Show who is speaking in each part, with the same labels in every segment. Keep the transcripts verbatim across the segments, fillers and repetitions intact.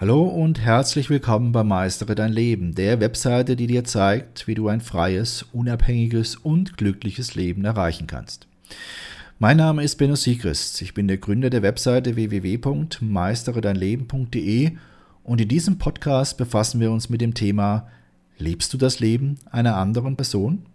Speaker 1: Hallo und herzlich willkommen bei Meistere dein Leben, der Webseite, die dir zeigt, wie du ein freies, unabhängiges und glückliches Leben erreichen kannst. Mein Name ist Benno Siegrist, ich bin der Gründer der Webseite w w w punkt meistere dein leben punkt d e und in diesem Podcast befassen wir uns mit dem Thema: Lebst du das Leben einer anderen Person?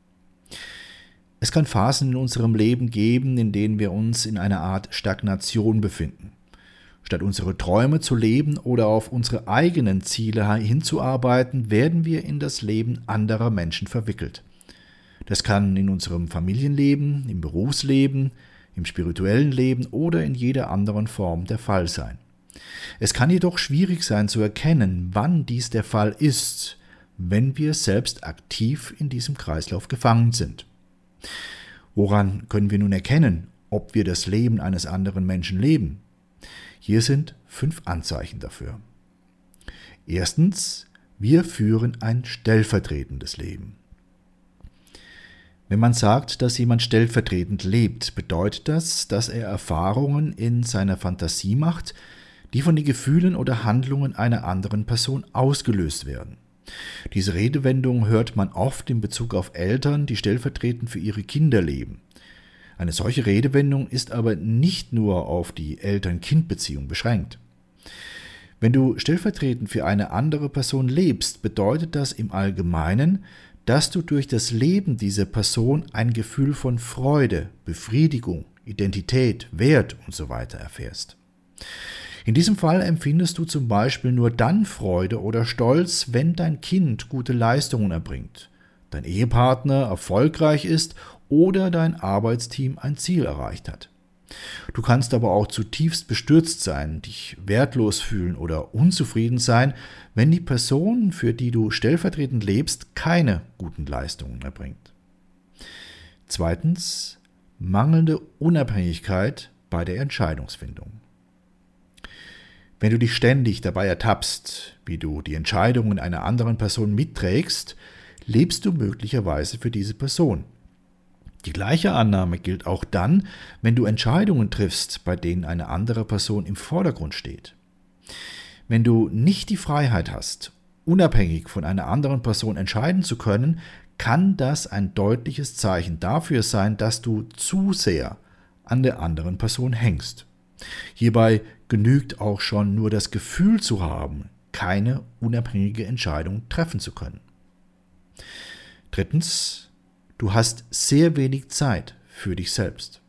Speaker 1: Es kann Phasen in unserem Leben geben, in denen wir uns in einer Art Stagnation befinden. Statt unsere Träume zu leben oder auf unsere eigenen Ziele hinzuarbeiten, werden wir in das Leben anderer Menschen verwickelt. Das kann in unserem Familienleben, im Berufsleben, im spirituellen Leben oder in jeder anderen Form der Fall sein. Es kann jedoch schwierig sein zu erkennen, wann dies der Fall ist, wenn wir selbst aktiv in diesem Kreislauf gefangen sind. Woran können wir nun erkennen, ob wir das Leben eines anderen Menschen leben? Hier sind fünf Anzeichen dafür. Erstens, wir führen ein stellvertretendes Leben. Wenn man sagt, dass jemand stellvertretend lebt, bedeutet das, dass er Erfahrungen in seiner Fantasie macht, die von den Gefühlen oder Handlungen einer anderen Person ausgelöst werden. Diese Redewendung hört man oft in Bezug auf Eltern, die stellvertretend für ihre Kinder leben. Eine solche Redewendung ist aber nicht nur auf die Eltern-Kind-Beziehung beschränkt. Wenn du stellvertretend für eine andere Person lebst, bedeutet das im Allgemeinen, dass du durch das Leben dieser Person ein Gefühl von Freude, Befriedigung, Identität, Wert usw. erfährst. In diesem Fall empfindest du zum Beispiel nur dann Freude oder Stolz, wenn dein Kind gute Leistungen erbringt, dein Ehepartner erfolgreich ist oder dein Arbeitsteam ein Ziel erreicht hat. Du kannst aber auch zutiefst bestürzt sein, dich wertlos fühlen oder unzufrieden sein, wenn die Person, für die du stellvertretend lebst, keine guten Leistungen erbringt. Zweitens, mangelnde Unabhängigkeit bei der Entscheidungsfindung. Wenn du dich ständig dabei ertappst, wie du die Entscheidungen einer anderen Person mitträgst, lebst du möglicherweise für diese Person. Die gleiche Annahme gilt auch dann, wenn du Entscheidungen triffst, bei denen eine andere Person im Vordergrund steht. Wenn du nicht die Freiheit hast, unabhängig von einer anderen Person entscheiden zu können, kann das ein deutliches Zeichen dafür sein, dass du zu sehr an der anderen Person hängst. Hierbei genügt auch schon nur das Gefühl zu haben, keine unabhängige Entscheidung treffen zu können. Drittens, du hast sehr wenig Zeit für dich selbst.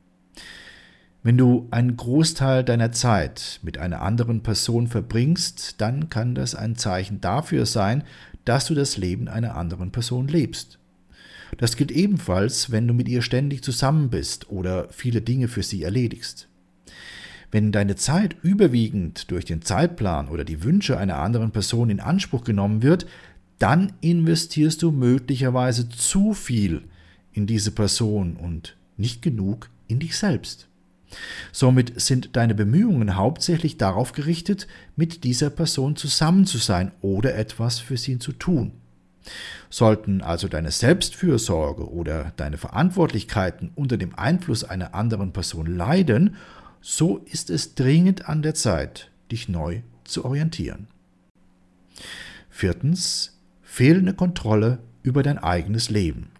Speaker 1: Wenn du einen Großteil deiner Zeit mit einer anderen Person verbringst, dann kann das ein Zeichen dafür sein, dass du das Leben einer anderen Person lebst. Das gilt ebenfalls, wenn du mit ihr ständig zusammen bist oder viele Dinge für sie erledigst. Wenn deine Zeit überwiegend durch den Zeitplan oder die Wünsche einer anderen Person in Anspruch genommen wird, dann investierst du möglicherweise zu viel in diese Person und nicht genug in dich selbst. Somit sind deine Bemühungen hauptsächlich darauf gerichtet, mit dieser Person zusammen zu sein oder etwas für sie zu tun. Sollten also deine Selbstfürsorge oder deine Verantwortlichkeiten unter dem Einfluss einer anderen Person leiden, so ist es dringend an der Zeit, dich neu zu orientieren. Viertens, fehlende Kontrolle über dein eigenes Leben.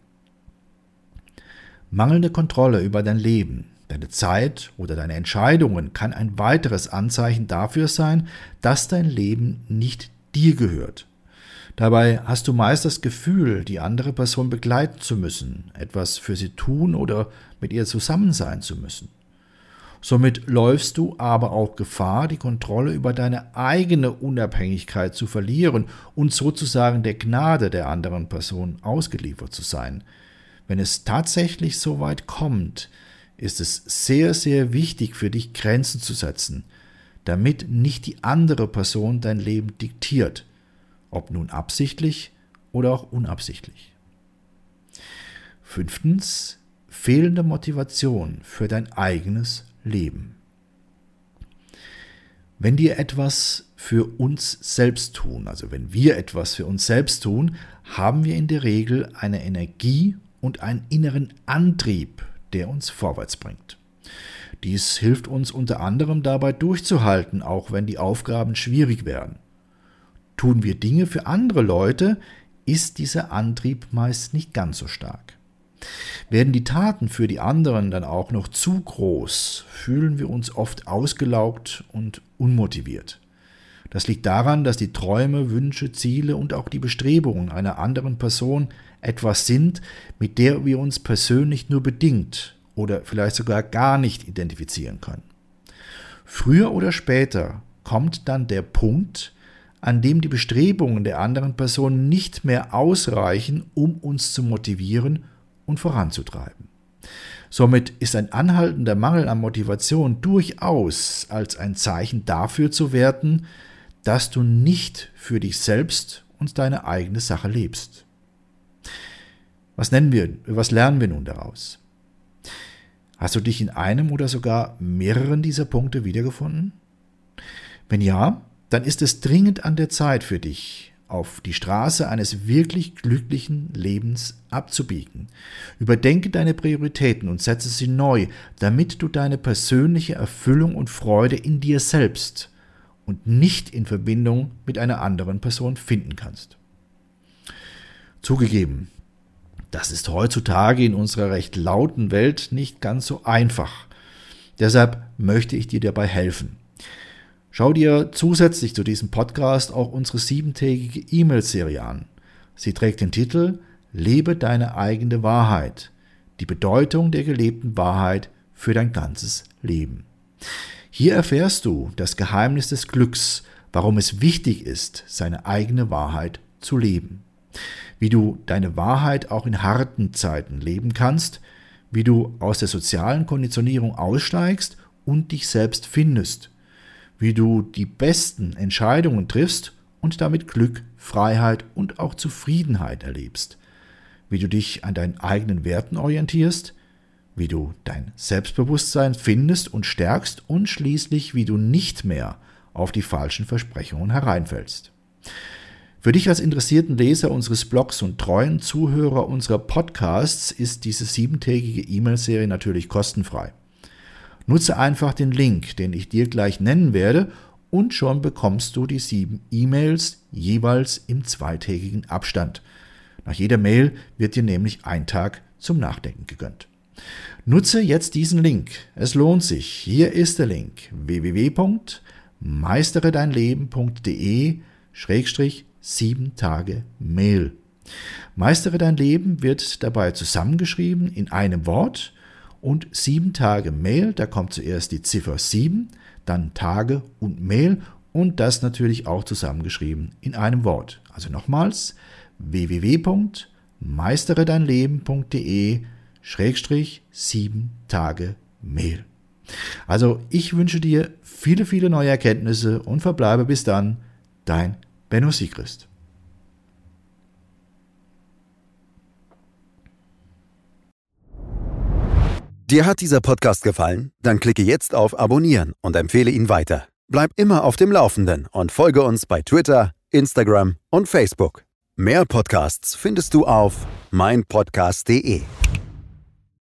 Speaker 1: Mangelnde Kontrolle über dein Leben, deine Zeit oder deine Entscheidungen kann ein weiteres Anzeichen dafür sein, dass dein Leben nicht dir gehört. Dabei hast du meist das Gefühl, die andere Person begleiten zu müssen, etwas für sie tun oder mit ihr zusammen sein zu müssen. Somit läufst du aber auch Gefahr, die Kontrolle über deine eigene Unabhängigkeit zu verlieren und sozusagen der Gnade der anderen Person ausgeliefert zu sein. Wenn es tatsächlich so weit kommt, ist es sehr, sehr wichtig für dich, Grenzen zu setzen, damit nicht die andere Person dein Leben diktiert, ob nun absichtlich oder auch unabsichtlich. Fünftens, fehlende Motivation für dein eigenes Leben. Wenn wir etwas für uns selbst tun, also wenn wir etwas für uns selbst tun, haben wir in der Regel eine Energie und einen inneren Antrieb, der uns vorwärts bringt. Dies hilft uns unter anderem dabei durchzuhalten, auch wenn die Aufgaben schwierig werden. Tun wir Dinge für andere Leute, ist dieser Antrieb meist nicht ganz so stark. Werden die Taten für die anderen dann auch noch zu groß, fühlen wir uns oft ausgelaugt und unmotiviert. Das liegt daran, dass die Träume, Wünsche, Ziele und auch die Bestrebungen einer anderen Person etwas sind, mit der wir uns persönlich nur bedingt oder vielleicht sogar gar nicht identifizieren können. Früher oder später kommt dann der Punkt, an dem die Bestrebungen der anderen Person nicht mehr ausreichen, um uns zu motivieren und voranzutreiben. Somit ist ein anhaltender Mangel an Motivation durchaus als ein Zeichen dafür zu werten, dass du nicht für dich selbst und deine eigene Sache lebst. Was nennen wir, was lernen wir nun daraus? Hast du dich in einem oder sogar mehreren dieser Punkte wiedergefunden? Wenn ja, dann ist es dringend an der Zeit für dich, auf die Straße eines wirklich glücklichen Lebens abzubiegen. Überdenke deine Prioritäten und setze sie neu, damit du deine persönliche Erfüllung und Freude in dir selbst und nicht in Verbindung mit einer anderen Person finden kannst. Zugegeben, das ist heutzutage in unserer recht lauten Welt nicht ganz so einfach. Deshalb möchte ich dir dabei helfen. Schau dir zusätzlich zu diesem Podcast auch unsere siebentägige E-Mail-Serie an. Sie trägt den Titel »Lebe deine eigene Wahrheit. Die Bedeutung der gelebten Wahrheit für dein ganzes Leben«. Hier erfährst du das Geheimnis des Glücks, warum es wichtig ist, seine eigene Wahrheit zu leben. Wie du deine Wahrheit auch in harten Zeiten leben kannst, wie du aus der sozialen Konditionierung aussteigst und dich selbst findest, wie du die besten Entscheidungen triffst und damit Glück, Freiheit und auch Zufriedenheit erlebst, wie du dich an deinen eigenen Werten orientierst, wie du dein Selbstbewusstsein findest und stärkst und schließlich, wie du nicht mehr auf die falschen Versprechungen hereinfällst. Für dich als interessierten Leser unseres Blogs und treuen Zuhörer unserer Podcasts ist diese siebentägige E-Mail-Serie natürlich kostenfrei. Nutze einfach den Link, den ich dir gleich nennen werde, und schon bekommst du die sieben E-Mails jeweils im zweitägigen Abstand. Nach jeder Mail wird dir nämlich ein Tag zum Nachdenken gegönnt. Nutze jetzt diesen Link. Es lohnt sich. Hier ist der Link: w w w punkt meistere dein leben punkt de schrägstrich sieben Tage Mail. Meistere dein Leben wird dabei zusammengeschrieben in einem Wort. Und sieben Tage Mail, da kommt zuerst die Ziffer sieben, dann Tage und Mail und das natürlich auch zusammengeschrieben in einem Wort. Also nochmals w w w punkt meistere dein leben punkt de schrägstrich sieben Tage Mail. Also ich wünsche dir viele, viele neue Erkenntnisse und verbleibe bis dann, dein Benno Siegrist.
Speaker 2: Dir hat dieser Podcast gefallen? Dann klicke jetzt auf Abonnieren und empfehle ihn weiter. Bleib immer auf dem Laufenden und folge uns bei Twitter, Instagram und Facebook. Mehr Podcasts findest du auf mein podcast punkt de.